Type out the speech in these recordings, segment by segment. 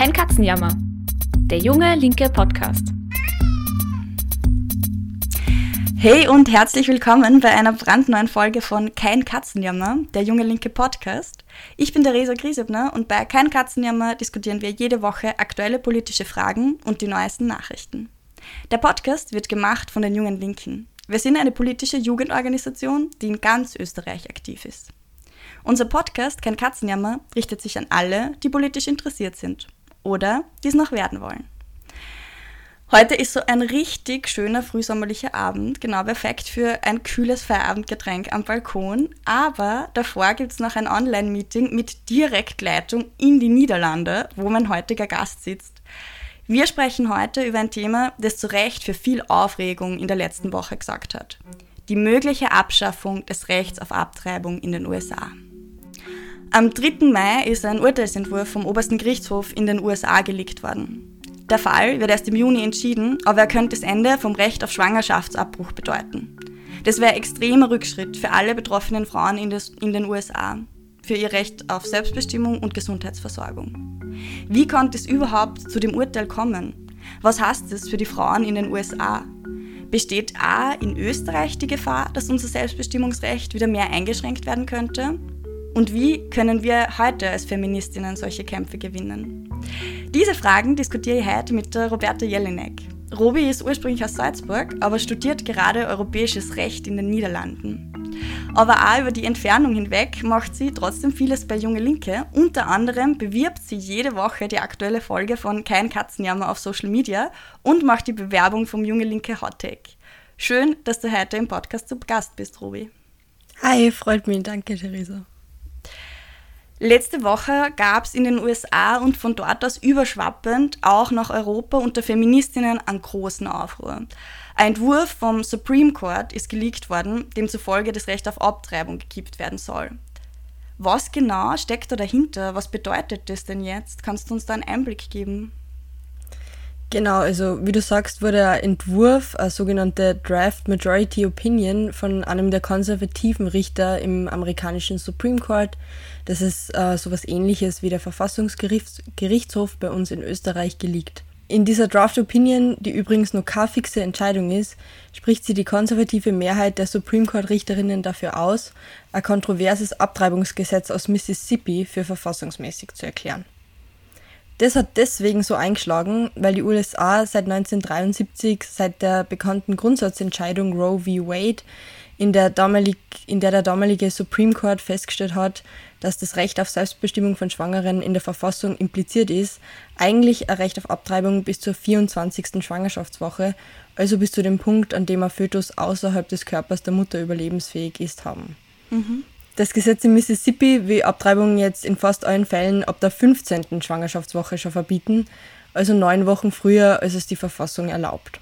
Kein Katzenjammer. Der junge linke Podcast. Hey und herzlich willkommen bei einer brandneuen Folge von Kein Katzenjammer, der junge linke Podcast. Ich bin Theresa Griesebner und bei Kein Katzenjammer diskutieren wir jede Woche aktuelle politische Fragen und die neuesten Nachrichten. Der Podcast wird gemacht von den Jungen Linken. Wir sind eine politische Jugendorganisation, die in ganz Österreich aktiv ist. Unser Podcast Kein Katzenjammer richtet sich an alle, die politisch interessiert sind oder die es noch werden wollen. Heute ist so ein richtig schöner frühsommerlicher Abend, genau perfekt für ein kühles Feierabendgetränk am Balkon, aber davor gibt es noch ein Online-Meeting mit Direktleitung in die Niederlande, wo mein heutiger Gast sitzt. Wir sprechen heute über ein Thema, das zu Recht für viel Aufregung in der letzten Woche gesorgt hat. Die mögliche Abschaffung des Rechts auf Abtreibung in den USA. Am 3. Mai ist ein Urteilsentwurf vom obersten Gerichtshof in den USA geleakt worden. Der Fall wird erst im Juni entschieden, aber er könnte das Ende vom Recht auf Schwangerschaftsabbruch bedeuten. Das wäre ein extremer Rückschritt für alle betroffenen Frauen in den USA, für ihr Recht auf Selbstbestimmung und Gesundheitsversorgung. Wie konnte es überhaupt zu dem Urteil kommen? Was heißt es für die Frauen in den USA? Besteht auch in Österreich die Gefahr, dass unser Selbstbestimmungsrecht wieder mehr eingeschränkt werden könnte? Und wie können wir heute als Feministinnen solche Kämpfe gewinnen? Diese Fragen diskutiere ich heute mit der Roberta Jelinek. Robi ist ursprünglich aus Salzburg, aber studiert gerade europäisches Recht in den Niederlanden. Aber auch über die Entfernung hinweg macht sie trotzdem vieles bei Junge Linke. Unter anderem bewirbt sie jede Woche die aktuelle Folge von Kein Katzenjammer auf Social Media und macht die Bewerbung vom Junge Linke Hot Take. Schön, dass du heute im Podcast zu Gast bist, Robi. Hi, freut mich, danke Theresa. Letzte Woche gab es in den USA und von dort aus überschwappend auch nach Europa unter Feministinnen einen großen Aufruhr. Ein Entwurf vom Supreme Court ist geleakt worden, demzufolge das Recht auf Abtreibung gekippt werden soll. Was genau steckt da dahinter? Was bedeutet das denn jetzt? Kannst du uns da einen Einblick geben? Genau, also wie du sagst, wurde ein Entwurf, eine sogenannte Draft Majority Opinion von einem der konservativen Richter im amerikanischen Supreme Court. Das ist sowas Ähnliches wie der Verfassungsgerichtshof bei uns in Österreich geleakt. In dieser Draft Opinion, die übrigens noch keine fixe Entscheidung ist, spricht sie die konservative Mehrheit der Supreme Court Richterinnen dafür aus, ein kontroverses Abtreibungsgesetz aus Mississippi für verfassungsmäßig zu erklären. Das hat deswegen so eingeschlagen, weil die USA seit 1973, seit der bekannten Grundsatzentscheidung Roe v. Wade, in der der damalige Supreme Court festgestellt hat, dass das Recht auf Selbstbestimmung von Schwangeren in der Verfassung impliziert ist, eigentlich ein Recht auf Abtreibung bis zur 24. Schwangerschaftswoche, also bis zu dem Punkt, an dem ein Fötus außerhalb des Körpers der Mutter überlebensfähig ist, haben. Das Gesetz in Mississippi will Abtreibung jetzt in fast allen Fällen ab der 15. Schwangerschaftswoche schon verbieten, also 9 Wochen früher, als es die Verfassung erlaubt.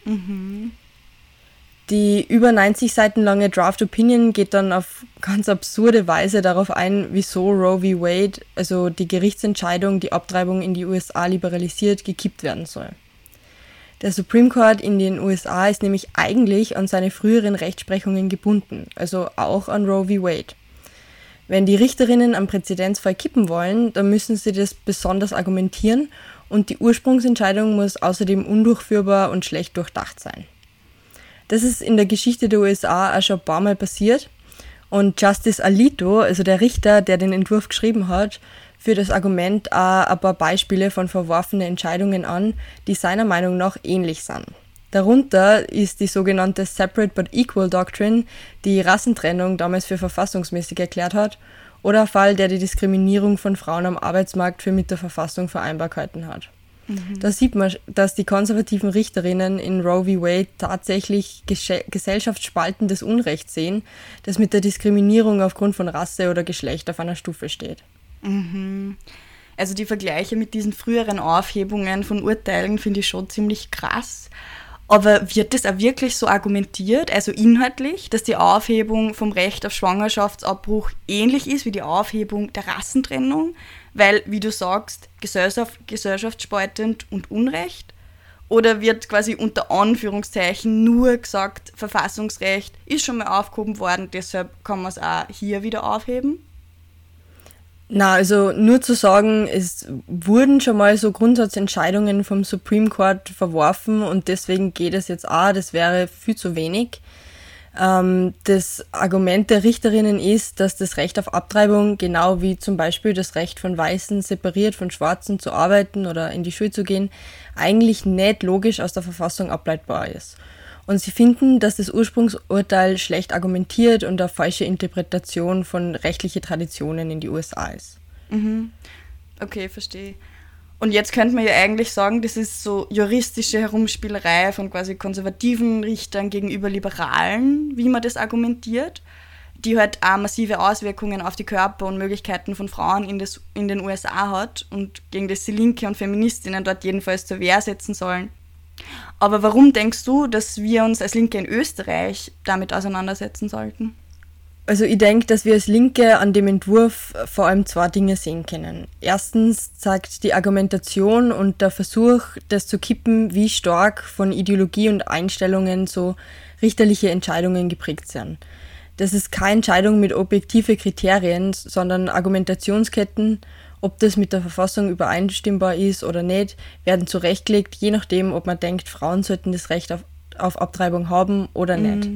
Die über 90 Seiten lange Draft Opinion geht dann auf ganz absurde Weise darauf ein, wieso Roe v. Wade, also die Gerichtsentscheidung, die Abtreibung in die USA liberalisiert, gekippt werden soll. Der Supreme Court in den USA ist nämlich eigentlich an seine früheren Rechtsprechungen gebunden, also auch an Roe v. Wade. Wenn die Richterinnen am Präzedenzfall kippen wollen, dann müssen sie das besonders argumentieren und die Ursprungsentscheidung muss außerdem undurchführbar und schlecht durchdacht sein. Das ist in der Geschichte der USA auch schon ein paar Mal passiert und Justice Alito, also der Richter, der den Entwurf geschrieben hat, führt das Argument auch ein paar Beispiele von verworfenen Entscheidungen an, die seiner Meinung nach ähnlich sind. Darunter ist die sogenannte Separate but Equal Doctrine, die Rassentrennung damals für verfassungsmäßig erklärt hat, oder ein Fall, der die Diskriminierung von Frauen am Arbeitsmarkt für mit der Verfassung vereinbar gehalten hat. Da sieht man, dass die konservativen Richterinnen in Roe v. Wade tatsächlich gesellschaftsspaltendes Unrecht sehen, das mit der Diskriminierung aufgrund von Rasse oder Geschlecht auf einer Stufe steht. Also die Vergleiche mit diesen früheren Aufhebungen von Urteilen finde ich schon ziemlich krass. Aber wird das auch wirklich so argumentiert, also inhaltlich, dass die Aufhebung vom Recht auf Schwangerschaftsabbruch ähnlich ist wie die Aufhebung der Rassentrennung? Weil, wie du sagst, gesellschaftsspaltend und Unrecht? Oder wird quasi unter Anführungszeichen nur gesagt, Verfassungsrecht ist schon mal aufgehoben worden, deshalb kann man es auch hier wieder aufheben? Na, also nur zu sagen, es wurden schon mal so Grundsatzentscheidungen vom Supreme Court verworfen und deswegen geht es jetzt auch, das wäre viel zu wenig. Das Argument der Richterinnen ist, dass das Recht auf Abtreibung, genau wie zum Beispiel das Recht von Weißen separiert von Schwarzen zu arbeiten oder in die Schule zu gehen, eigentlich nicht logisch aus der Verfassung ableitbar ist. Und sie finden, dass das Ursprungsurteil schlecht argumentiert und eine falsche Interpretation von rechtlichen Traditionen in die USA ist. Okay, verstehe. Und jetzt könnte man ja eigentlich sagen, das ist so juristische Herumspielerei von quasi konservativen Richtern gegenüber Liberalen, wie man das argumentiert, die halt auch massive Auswirkungen auf die Körper und Möglichkeiten von Frauen in den USA hat und gegen das die Linke und Feministinnen dort jedenfalls zur Wehr setzen sollen. Aber warum denkst du, dass wir uns als Linke in Österreich damit auseinandersetzen sollten? Also ich denke, dass wir als Linke an dem Entwurf vor allem zwei Dinge sehen können. Erstens zeigt die Argumentation und der Versuch, das zu kippen, wie stark von Ideologie und Einstellungen so richterliche Entscheidungen geprägt sind. Das ist keine Entscheidung mit objektiven Kriterien, sondern Argumentationsketten, ob das mit der Verfassung übereinstimmbar ist oder nicht, werden zurechtgelegt, je nachdem, ob man denkt, Frauen sollten das Recht auf Abtreibung haben oder nicht.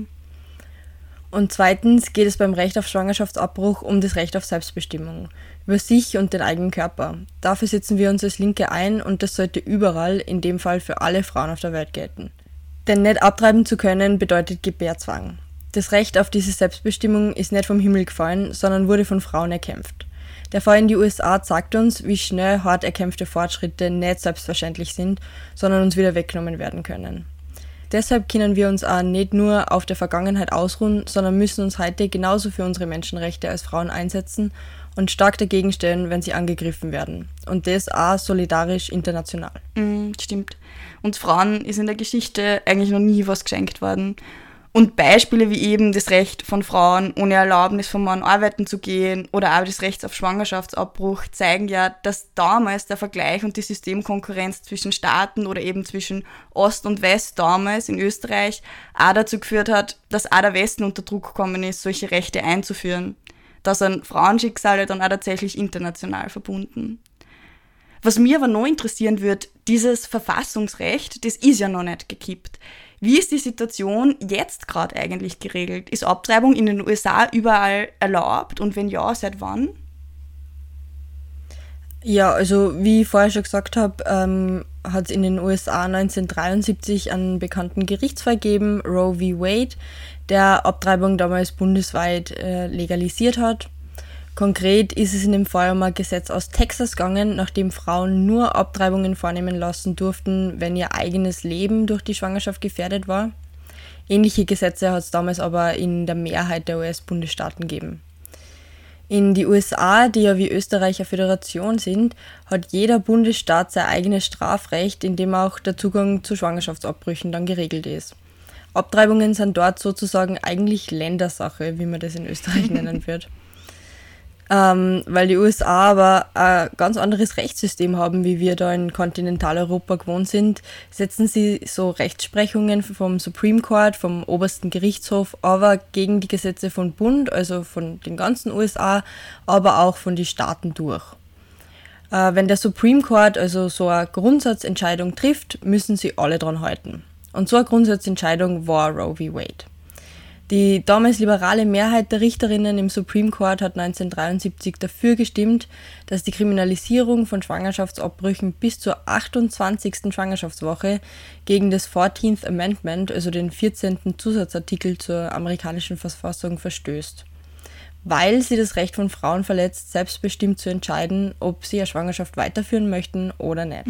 Und zweitens geht es beim Recht auf Schwangerschaftsabbruch um das Recht auf Selbstbestimmung, über sich und den eigenen Körper. Dafür setzen wir uns als Linke ein und das sollte überall, in dem Fall für alle Frauen auf der Welt gelten. Denn nicht abtreiben zu können bedeutet Gebärzwang. Das Recht auf diese Selbstbestimmung ist nicht vom Himmel gefallen, sondern wurde von Frauen erkämpft. Der Fall in die USA zeigt uns, wie schnell hart erkämpfte Fortschritte nicht selbstverständlich sind, sondern uns wieder weggenommen werden können. Deshalb können wir uns auch nicht nur auf der Vergangenheit ausruhen, sondern müssen uns heute genauso für unsere Menschenrechte als Frauen einsetzen und stark dagegen stellen, wenn sie angegriffen werden. Und das auch solidarisch international. Stimmt. Uns Frauen ist in der Geschichte eigentlich noch nie was geschenkt worden. Und Beispiele wie eben das Recht von Frauen, ohne Erlaubnis vom Mann arbeiten zu gehen oder auch das Recht auf Schwangerschaftsabbruch zeigen ja, dass damals der Vergleich und die Systemkonkurrenz zwischen Staaten oder eben zwischen Ost und West damals in Österreich auch dazu geführt hat, dass auch der Westen unter Druck gekommen ist, solche Rechte einzuführen. Da sind Frauenschicksale dann auch tatsächlich international verbunden. Was mir aber noch interessieren wird, dieses Verfassungsrecht, das ist ja noch nicht gekippt. Wie ist die Situation jetzt gerade eigentlich geregelt? Ist Abtreibung in den USA überall erlaubt und wenn ja, seit wann? Ja, also wie ich vorher schon gesagt habe, hat es in den USA 1973 einen bekannten Gerichtsfall gegeben, Roe v. Wade, der Abtreibung damals bundesweit legalisiert hat. Konkret ist es in dem Fall um ein Gesetz aus Texas gegangen, nachdem Frauen nur Abtreibungen vornehmen lassen durften, wenn ihr eigenes Leben durch die Schwangerschaft gefährdet war. Ähnliche Gesetze hat es damals aber in der Mehrheit der US-Bundesstaaten gegeben. In die USA, die ja wie Österreich eine Föderation sind, hat jeder Bundesstaat sein eigenes Strafrecht, in dem auch der Zugang zu Schwangerschaftsabbrüchen dann geregelt ist. Abtreibungen sind dort sozusagen eigentlich Ländersache, wie man das in Österreich nennen wird. Weil die USA aber ein ganz anderes Rechtssystem haben, wie wir da in Kontinentaleuropa gewohnt sind, setzen sie so Rechtsprechungen vom Supreme Court, vom obersten Gerichtshof, aber gegen die Gesetze von Bund, also von den ganzen USA, aber auch von den Staaten durch. Wenn der Supreme Court also so eine Grundsatzentscheidung trifft, müssen sie alle dran halten. Und so eine Grundsatzentscheidung war Roe v. Wade. Die damals liberale Mehrheit der Richterinnen im Supreme Court hat 1973 dafür gestimmt, dass die Kriminalisierung von Schwangerschaftsabbrüchen bis zur 28. Schwangerschaftswoche gegen das 14th Amendment, also den 14. Zusatzartikel zur amerikanischen Verfassung, verstößt. Weil sie das Recht von Frauen verletzt, selbstbestimmt zu entscheiden, ob sie eine Schwangerschaft weiterführen möchten oder nicht.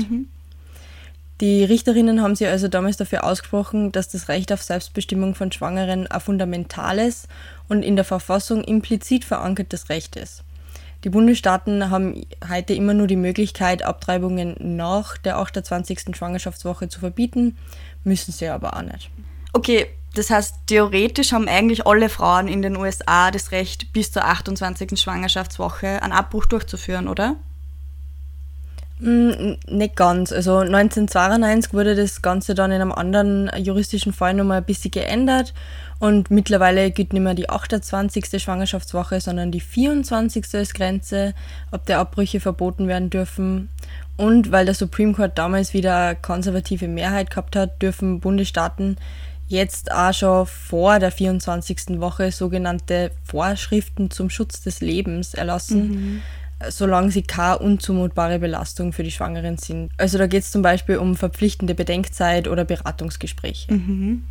Die Richterinnen haben sich also damals dafür ausgesprochen, dass das Recht auf Selbstbestimmung von Schwangeren ein fundamentales und in der Verfassung implizit verankertes Recht ist. Die Bundesstaaten haben heute immer nur die Möglichkeit, Abtreibungen nach der 28. Schwangerschaftswoche zu verbieten, müssen sie aber auch nicht. Okay, das heißt, theoretisch haben eigentlich alle Frauen in den USA das Recht, bis zur 28. Schwangerschaftswoche einen Abbruch durchzuführen, oder? Nicht ganz. Also 1992 wurde das Ganze dann in einem anderen juristischen Fall nochmal ein bisschen geändert und mittlerweile gilt nicht mehr die 28. Schwangerschaftswoche, sondern die 24. als Grenze, ab der Abbrüche verboten werden dürfen. Und weil der Supreme Court damals wieder eine konservative Mehrheit gehabt hat, dürfen Bundesstaaten jetzt auch schon vor der 24. Woche sogenannte Vorschriften zum Schutz des Lebens erlassen, solange sie keine unzumutbare Belastung für die Schwangeren sind. Also da geht es zum Beispiel um verpflichtende Bedenkzeit oder Beratungsgespräche.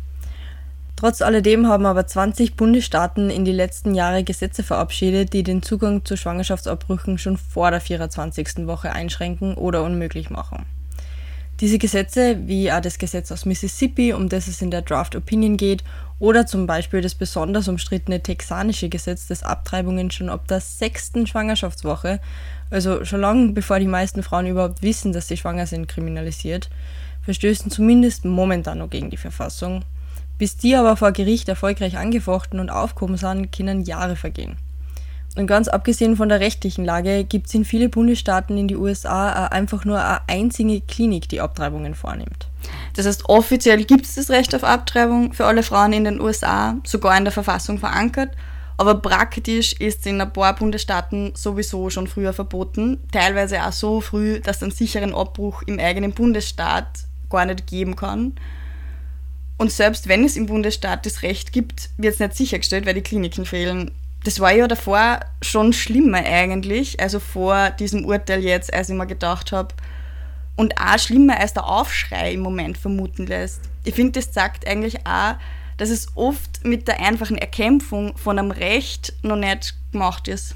Trotz alledem haben aber 20 Bundesstaaten in die letzten Jahre Gesetze verabschiedet, die den Zugang zu Schwangerschaftsabbrüchen schon vor der 24. Woche einschränken oder unmöglich machen. Diese Gesetze, wie auch das Gesetz aus Mississippi, um das es in der Draft Opinion geht, oder zum Beispiel das besonders umstrittene texanische Gesetz, das Abtreibungen schon ab der 6. Schwangerschaftswoche, also schon lange bevor die meisten Frauen überhaupt wissen, dass sie schwanger sind, kriminalisiert, verstößen zumindest momentan noch gegen die Verfassung. Bis die aber vor Gericht erfolgreich angefochten und aufgehoben sind, können Jahre vergehen. Und ganz abgesehen von der rechtlichen Lage gibt es in vielen Bundesstaaten in die USA einfach nur eine einzige Klinik, die Abtreibungen vornimmt. Das heißt, offiziell gibt es das Recht auf Abtreibung für alle Frauen in den USA, sogar in der Verfassung verankert, aber praktisch ist es in ein paar Bundesstaaten sowieso schon früher verboten, teilweise auch so früh, dass es einen sicheren Abbruch im eigenen Bundesstaat gar nicht geben kann. Und selbst wenn es im Bundesstaat das Recht gibt, wird es nicht sichergestellt, weil die Kliniken fehlen. Das war ja davor schon schlimmer eigentlich, also vor diesem Urteil jetzt, als ich mir gedacht habe. Und auch schlimmer, als der Aufschrei im Moment vermuten lässt. Ich finde, das sagt eigentlich auch, dass es oft mit der einfachen Erkämpfung von einem Recht noch nicht gemacht ist.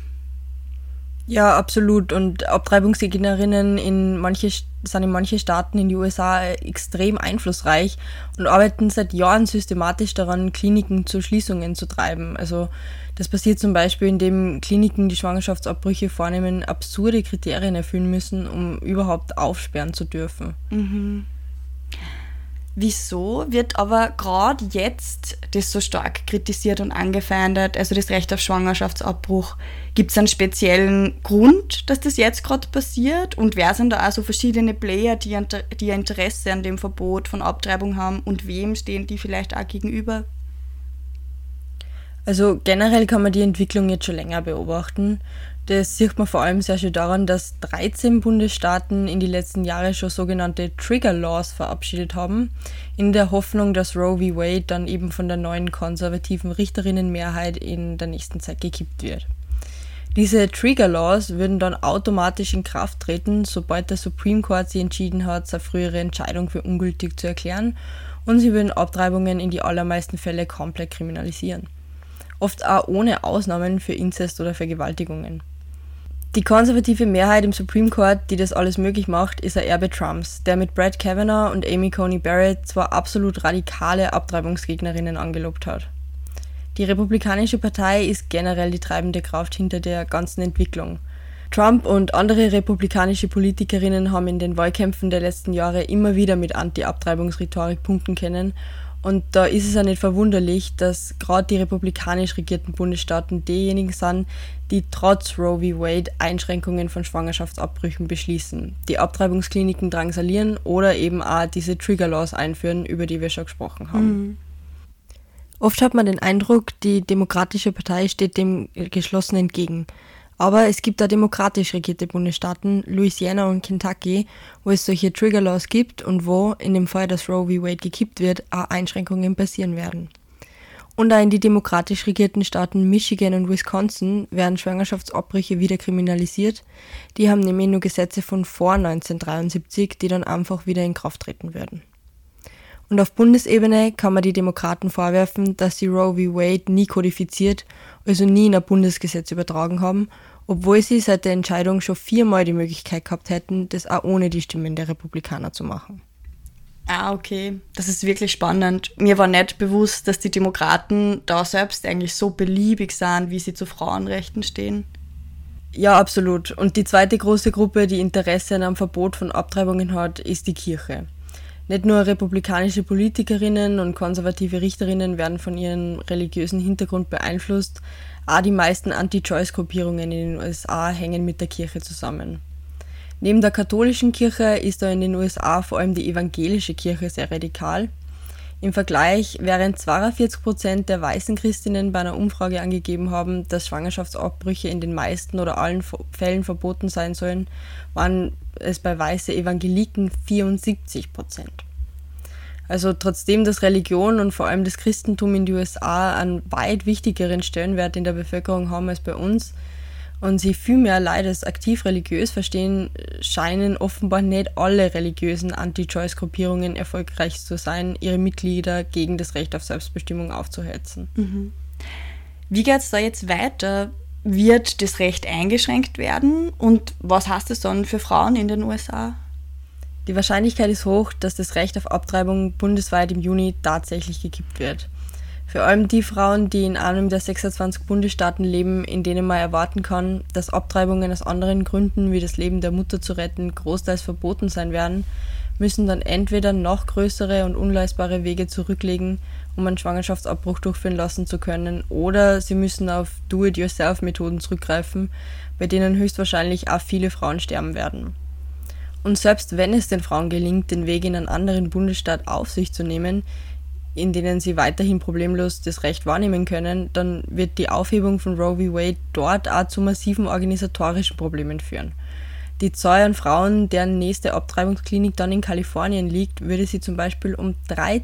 Ja, absolut. Und Abtreibungsgegnerinnen sind in manchen Staaten in die USA extrem einflussreich und arbeiten seit Jahren systematisch daran, Kliniken zu Schließungen zu treiben. Also das passiert zum Beispiel, indem Kliniken, die Schwangerschaftsabbrüche vornehmen, absurde Kriterien erfüllen müssen, um überhaupt aufsperren zu dürfen. Wieso wird aber gerade jetzt das so stark kritisiert und angefeindet, also das Recht auf Schwangerschaftsabbruch? Gibt es einen speziellen Grund, dass das jetzt gerade passiert? Und wer sind da auch so verschiedene Player, die ein Interesse an dem Verbot von Abtreibung haben und wem stehen die vielleicht auch gegenüber? Also generell kann man die Entwicklung jetzt schon länger beobachten. Das sieht man vor allem sehr schön daran, dass 13 Bundesstaaten in die letzten Jahre schon sogenannte Trigger Laws verabschiedet haben, in der Hoffnung, dass Roe v. Wade dann eben von der neuen konservativen Richterinnenmehrheit in der nächsten Zeit gekippt wird. Diese Trigger Laws würden dann automatisch in Kraft treten, sobald der Supreme Court sich entschieden hat, seine frühere Entscheidung für ungültig zu erklären, und sie würden Abtreibungen in die allermeisten Fälle komplett kriminalisieren. Oft auch ohne Ausnahmen für Inzest oder Vergewaltigungen. Die konservative Mehrheit im Supreme Court, die das alles möglich macht, ist ein Erbe Trumps, der mit Brett Kavanaugh und Amy Coney Barrett zwei absolut radikale Abtreibungsgegnerinnen angelobt hat. Die Republikanische Partei ist generell die treibende Kraft hinter der ganzen Entwicklung. Trump und andere republikanische Politikerinnen haben in den Wahlkämpfen der letzten Jahre immer wieder mit Anti-Abtreibungsrhetorik punkten können. Und da ist es ja nicht verwunderlich, dass gerade die republikanisch regierten Bundesstaaten diejenigen sind, die trotz Roe v. Wade Einschränkungen von Schwangerschaftsabbrüchen beschließen, die Abtreibungskliniken drangsalieren oder eben auch diese Trigger Laws einführen, über die wir schon gesprochen haben. Oft hat man den Eindruck, die Demokratische Partei steht dem geschlossen entgegen. Aber es gibt auch demokratisch regierte Bundesstaaten, Louisiana und Kentucky, wo es solche Trigger Laws gibt und wo, in dem Fall, dass Roe v. Wade gekippt wird, auch Einschränkungen passieren werden. Und auch in die demokratisch regierten Staaten Michigan und Wisconsin werden Schwangerschaftsabbrüche wieder kriminalisiert. Die haben nämlich nur Gesetze von vor 1973, die dann einfach wieder in Kraft treten würden. Und auf Bundesebene kann man die Demokraten vorwerfen, dass sie Roe v. Wade nie kodifiziert, also nie in ein Bundesgesetz übertragen haben, obwohl sie seit der Entscheidung schon 4-mal die Möglichkeit gehabt hätten, das auch ohne die Stimmen der Republikaner zu machen. Ah, okay. Das ist wirklich spannend. Mir war nicht bewusst, dass die Demokraten da selbst eigentlich so beliebig sind, wie sie zu Frauenrechten stehen. Ja, absolut. Und die zweite große Gruppe, die Interesse an einem Verbot von Abtreibungen hat, ist die Kirche. Nicht nur republikanische Politikerinnen und konservative Richterinnen werden von ihrem religiösen Hintergrund beeinflusst, auch die meisten Anti-Choice-Gruppierungen in den USA hängen mit der Kirche zusammen. Neben der katholischen Kirche ist da in den USA vor allem die evangelische Kirche sehr radikal. Im Vergleich, während 42% der weißen Christinnen bei einer Umfrage angegeben haben, dass Schwangerschaftsabbrüche in den meisten oder allen Fällen verboten sein sollen, waren es bei weißen Evangeliken 74%. Also trotzdem, dass Religion und vor allem das Christentum in den USA einen weit wichtigeren Stellenwert in der Bevölkerung haben als bei uns und sie viel mehr Leute als aktiv religiös verstehen, scheinen offenbar nicht alle religiösen Anti-Choice-Gruppierungen erfolgreich zu sein, ihre Mitglieder gegen das Recht auf Selbstbestimmung aufzuhetzen. Wie geht es da jetzt weiter? Wird das Recht eingeschränkt werden und was heißt das dann für Frauen in den USA? Die Wahrscheinlichkeit ist hoch, dass das Recht auf Abtreibung bundesweit im Juni tatsächlich gekippt wird. Vor allem die Frauen, die in einem der 26 Bundesstaaten leben, in denen man erwarten kann, dass Abtreibungen aus anderen Gründen wie das Leben der Mutter zu retten großteils verboten sein werden, müssen dann entweder noch größere und unleistbare Wege zurücklegen, um einen Schwangerschaftsabbruch durchführen lassen zu können, oder sie müssen auf Do-it-yourself-Methoden zurückgreifen, bei denen höchstwahrscheinlich auch viele Frauen sterben werden. Und selbst wenn es den Frauen gelingt, den Weg in einen anderen Bundesstaat auf sich zu nehmen, in denen sie weiterhin problemlos das Recht wahrnehmen können, dann wird die Aufhebung von Roe v. Wade dort auch zu massiven organisatorischen Problemen führen. Die Zahl an Frauen, deren nächste Abtreibungsklinik dann in Kalifornien liegt, würde sie zum Beispiel um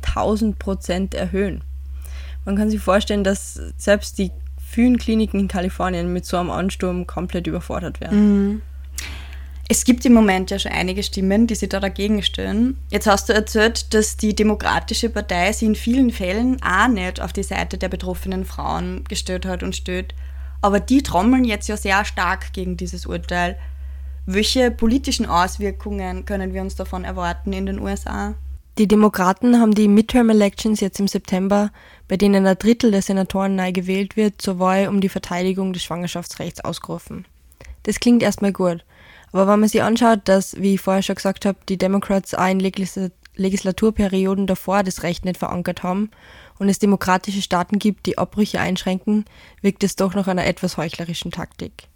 3000% erhöhen. Man kann sich vorstellen, dass selbst die vielen Kliniken in Kalifornien mit so einem Ansturm komplett überfordert werden. Es gibt im Moment ja schon einige Stimmen, die sich da dagegen stellen. Jetzt hast du erzählt, dass die Demokratische Partei sich in vielen Fällen auch nicht auf die Seite der betroffenen Frauen gestellt hat und steht. Aber die trommeln jetzt ja sehr stark gegen dieses Urteil. Welche politischen Auswirkungen können wir uns davon erwarten in den USA? Die Demokraten haben die Midterm-Elections jetzt im September, bei denen 1/3 der Senatoren neu gewählt wird, zur Wahl um die Verteidigung des Schwangerschaftsrechts ausgerufen. Das klingt erstmal gut. Aber wenn man sich anschaut, dass, wie ich vorher schon gesagt habe, die Democrats auch in Legislaturperioden davor das Recht nicht verankert haben und es demokratische Staaten gibt, die Abbrüche einschränken, wirkt es doch nach einer etwas heuchlerischen Taktik.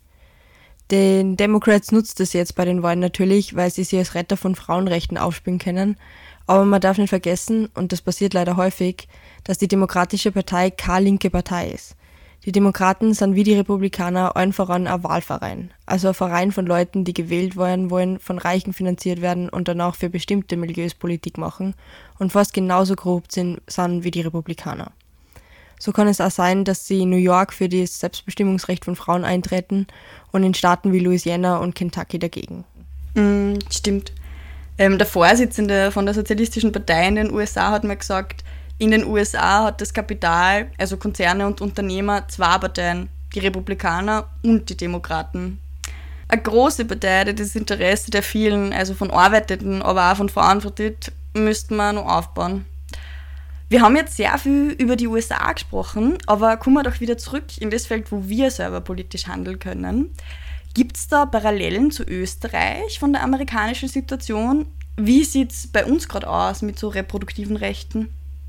Den Democrats nutzt es jetzt bei den Wahlen natürlich, weil sie sich als Retter von Frauenrechten aufspielen können, aber man darf nicht vergessen, und das passiert leider häufig, dass die Demokratische Partei keine linke Partei ist. Die Demokraten sind wie die Republikaner allen voran ein Wahlverein, also ein Verein von Leuten, die gewählt werden wollen, von Reichen finanziert werden und danach für bestimmte Milieus Politik machen und fast genauso korrupt sind wie die Republikaner. So kann es auch sein, dass sie in New York für das Selbstbestimmungsrecht von Frauen eintreten und in Staaten wie Louisiana und Kentucky dagegen. Stimmt. Der Vorsitzende von der Sozialistischen Partei in den USA hat mir gesagt, in den USA hat das Kapital, also Konzerne und Unternehmer, 2 Parteien, die Republikaner und die Demokraten. Eine große Partei, die das Interesse der vielen, also von Arbeitenden, aber auch von Frauen vertritt, müssten wir noch aufbauen. Wir haben jetzt sehr viel über die USA gesprochen, aber kommen wir doch wieder zurück in das Feld, wo wir selber politisch handeln können. Gibt es da Parallelen zu Österreich von der amerikanischen Situation? Wie sieht es bei uns gerade aus mit so reproduktiven Rechten?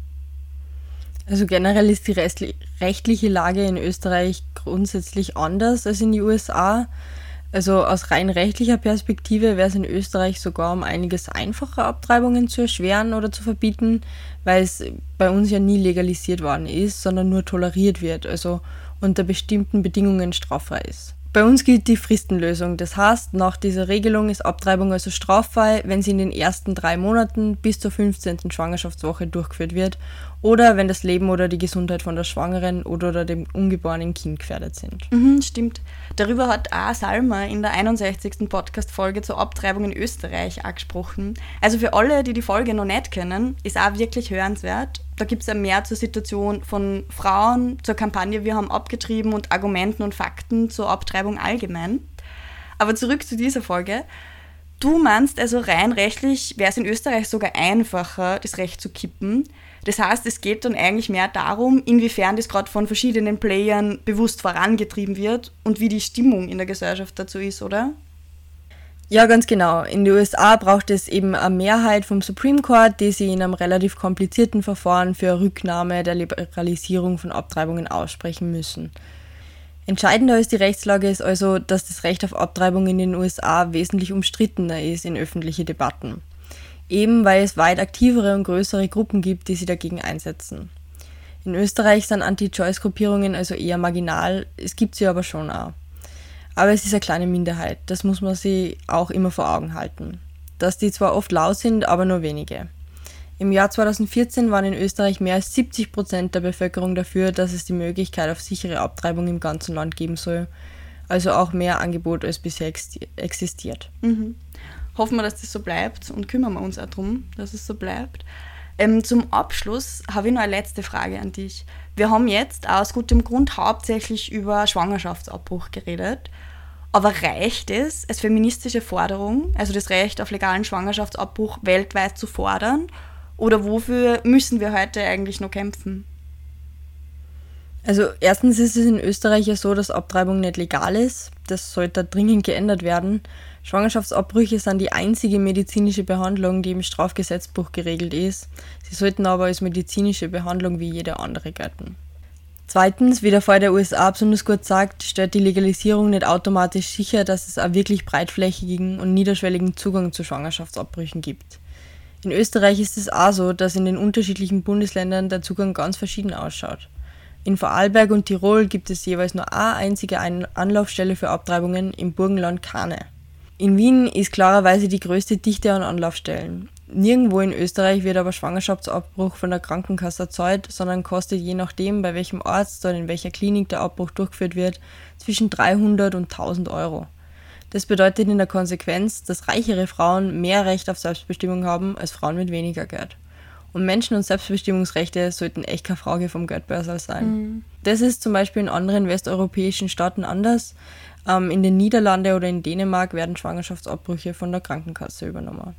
Also generell ist die rechtliche Lage in Österreich grundsätzlich anders als in die USA. Also aus rein rechtlicher Perspektive wäre es in Österreich sogar um einiges einfacher, Abtreibungen zu erschweren oder zu verbieten, weil es bei uns ja nie legalisiert worden ist, sondern nur toleriert wird, also unter bestimmten Bedingungen straffrei ist. Bei uns gilt die Fristenlösung. Das heißt, nach dieser Regelung ist Abtreibung also straffrei, wenn sie in den ersten 3 Monaten bis zur 15. Schwangerschaftswoche durchgeführt wird oder wenn das Leben oder die Gesundheit von der Schwangeren oder dem ungeborenen Kind gefährdet sind. Stimmt. Darüber hat auch Salma in der 61. Podcast-Folge zur Abtreibung in Österreich auch gesprochen. Also für alle, die die Folge noch nicht kennen, ist auch wirklich hörenswert. Da gibt es ja mehr zur Situation von Frauen, zur Kampagne Wir haben abgetrieben und Argumenten und Fakten zur Abtreibung allgemein. Aber zurück zu dieser Folge. Du meinst also rein rechtlich wäre es in Österreich sogar einfacher, das Recht zu kippen. Das heißt, es geht dann eigentlich mehr darum, inwiefern das gerade von verschiedenen Playern bewusst vorangetrieben wird und wie die Stimmung in der Gesellschaft dazu ist, oder? Ja, ganz genau. In den USA braucht es eben eine Mehrheit vom Supreme Court, die sich in einem relativ komplizierten Verfahren für eine Rücknahme der Liberalisierung von Abtreibungen aussprechen müssen. Entscheidender als die Rechtslage ist also, dass das Recht auf Abtreibung in den USA wesentlich umstrittener ist in öffentlichen Debatten. Eben weil es weit aktivere und größere Gruppen gibt, die sich dagegen einsetzen. In Österreich sind Anti-Choice-Gruppierungen also eher marginal, es gibt sie aber schon auch. Aber es ist eine kleine Minderheit, das muss man sich auch immer vor Augen halten. Dass die zwar oft laut sind, aber nur wenige. Im Jahr 2014 waren in Österreich mehr als 70% der Bevölkerung dafür, dass es die Möglichkeit auf sichere Abtreibung im ganzen Land geben soll. Also auch mehr Angebot als bisher existiert. Hoffen wir, dass das so bleibt und kümmern wir uns auch darum, dass es so bleibt. Zum Abschluss habe ich noch eine letzte Frage an dich. Wir haben jetzt aus gutem Grund hauptsächlich über Schwangerschaftsabbruch geredet. Aber reicht es als feministische Forderung, also das Recht auf legalen Schwangerschaftsabbruch weltweit zu fordern? Oder wofür müssen wir heute eigentlich noch kämpfen? Also erstens ist es in Österreich ja so, dass Abtreibung nicht legal ist. Das sollte dringend geändert werden. Schwangerschaftsabbrüche sind die einzige medizinische Behandlung, die im Strafgesetzbuch geregelt ist. Sie sollten aber als medizinische Behandlung wie jede andere gelten. Zweitens, wie der Fall der USA besonders gut sagt, stellt die Legalisierung nicht automatisch sicher, dass es auch wirklich breitflächigen und niederschwelligen Zugang zu Schwangerschaftsabbrüchen gibt. In Österreich ist es auch so, dass in den unterschiedlichen Bundesländern der Zugang ganz verschieden ausschaut. In Vorarlberg und Tirol gibt es jeweils nur eine einzige Anlaufstelle für Abtreibungen, im Burgenland keine. In Wien ist klarerweise die größte Dichte an Anlaufstellen. Nirgendwo in Österreich wird aber Schwangerschaftsabbruch von der Krankenkasse erzeugt, sondern kostet je nachdem, bei welchem Arzt oder in welcher Klinik der Abbruch durchgeführt wird, zwischen 300 und 1000 Euro. Das bedeutet in der Konsequenz, dass reichere Frauen mehr Recht auf Selbstbestimmung haben als Frauen mit weniger Geld. Und Menschen- und Selbstbestimmungsrechte sollten echt keine Frage vom Geldbörsel sein. Das ist zum Beispiel in anderen westeuropäischen Staaten anders. In den Niederlanden oder in Dänemark werden Schwangerschaftsabbrüche von der Krankenkasse übernommen.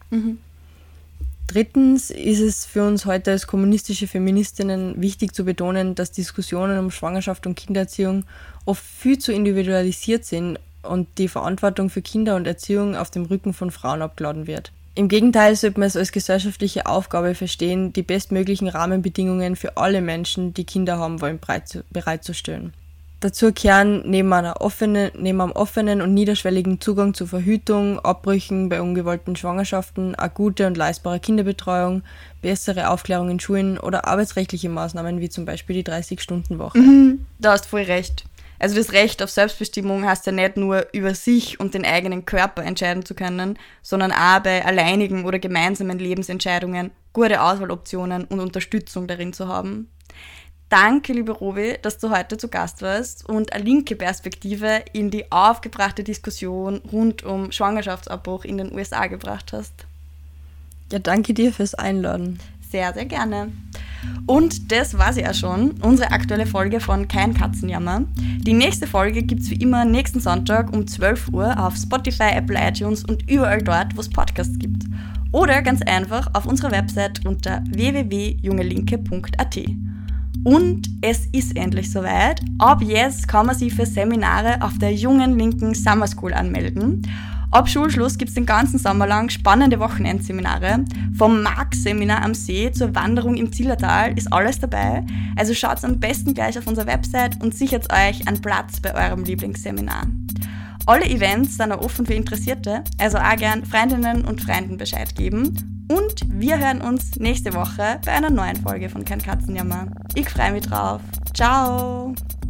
Drittens ist es für uns heute als kommunistische Feministinnen wichtig zu betonen, dass Diskussionen um Schwangerschaft und Kindererziehung oft viel zu individualisiert sind und die Verantwortung für Kinder und Erziehung auf dem Rücken von Frauen abgeladen wird. Im Gegenteil sollte man es als gesellschaftliche Aufgabe verstehen, die bestmöglichen Rahmenbedingungen für alle Menschen, die Kinder haben wollen, bereitzustellen. Dazu gehören neben einem offenen und niederschwelligen Zugang zu Verhütung, Abbrüchen bei ungewollten Schwangerschaften, eine gute und leistbare Kinderbetreuung, bessere Aufklärung in Schulen oder arbeitsrechtliche Maßnahmen wie zum Beispiel die 30-Stunden-Woche. Da hast du voll recht. Also das Recht auf Selbstbestimmung heißt ja nicht nur über sich und den eigenen Körper entscheiden zu können, sondern auch bei alleinigen oder gemeinsamen Lebensentscheidungen gute Auswahloptionen und Unterstützung darin zu haben. Danke, liebe Rovi, dass du heute zu Gast warst und eine linke Perspektive in die aufgebrachte Diskussion rund um Schwangerschaftsabbruch in den USA gebracht hast. Ja, danke dir fürs Einladen. Sehr, sehr gerne. Und das war sie ja schon, unsere aktuelle Folge von Kein Katzenjammer. Die nächste Folge gibt es wie immer nächsten Sonntag um 12 Uhr auf Spotify, Apple, iTunes und überall dort, wo es Podcasts gibt. Oder ganz einfach auf unserer Website unter www.jungelinke.at. Und es ist endlich soweit. Ab jetzt kann man sich für Seminare auf der Jungen Linken Summer School anmelden. Ab Schulschluss gibt es den ganzen Sommer lang spannende Wochenendseminare. Vom Marx-Seminar am See zur Wanderung im Zillertal ist alles dabei. Also schaut am besten gleich auf unserer Website und sichert euch einen Platz bei eurem Lieblingsseminar. Alle Events sind auch offen für Interessierte, also auch gern Freundinnen und Freunden Bescheid geben. Und wir hören uns nächste Woche bei einer neuen Folge von Kein Katzenjammer. Ich freue mich drauf. Ciao!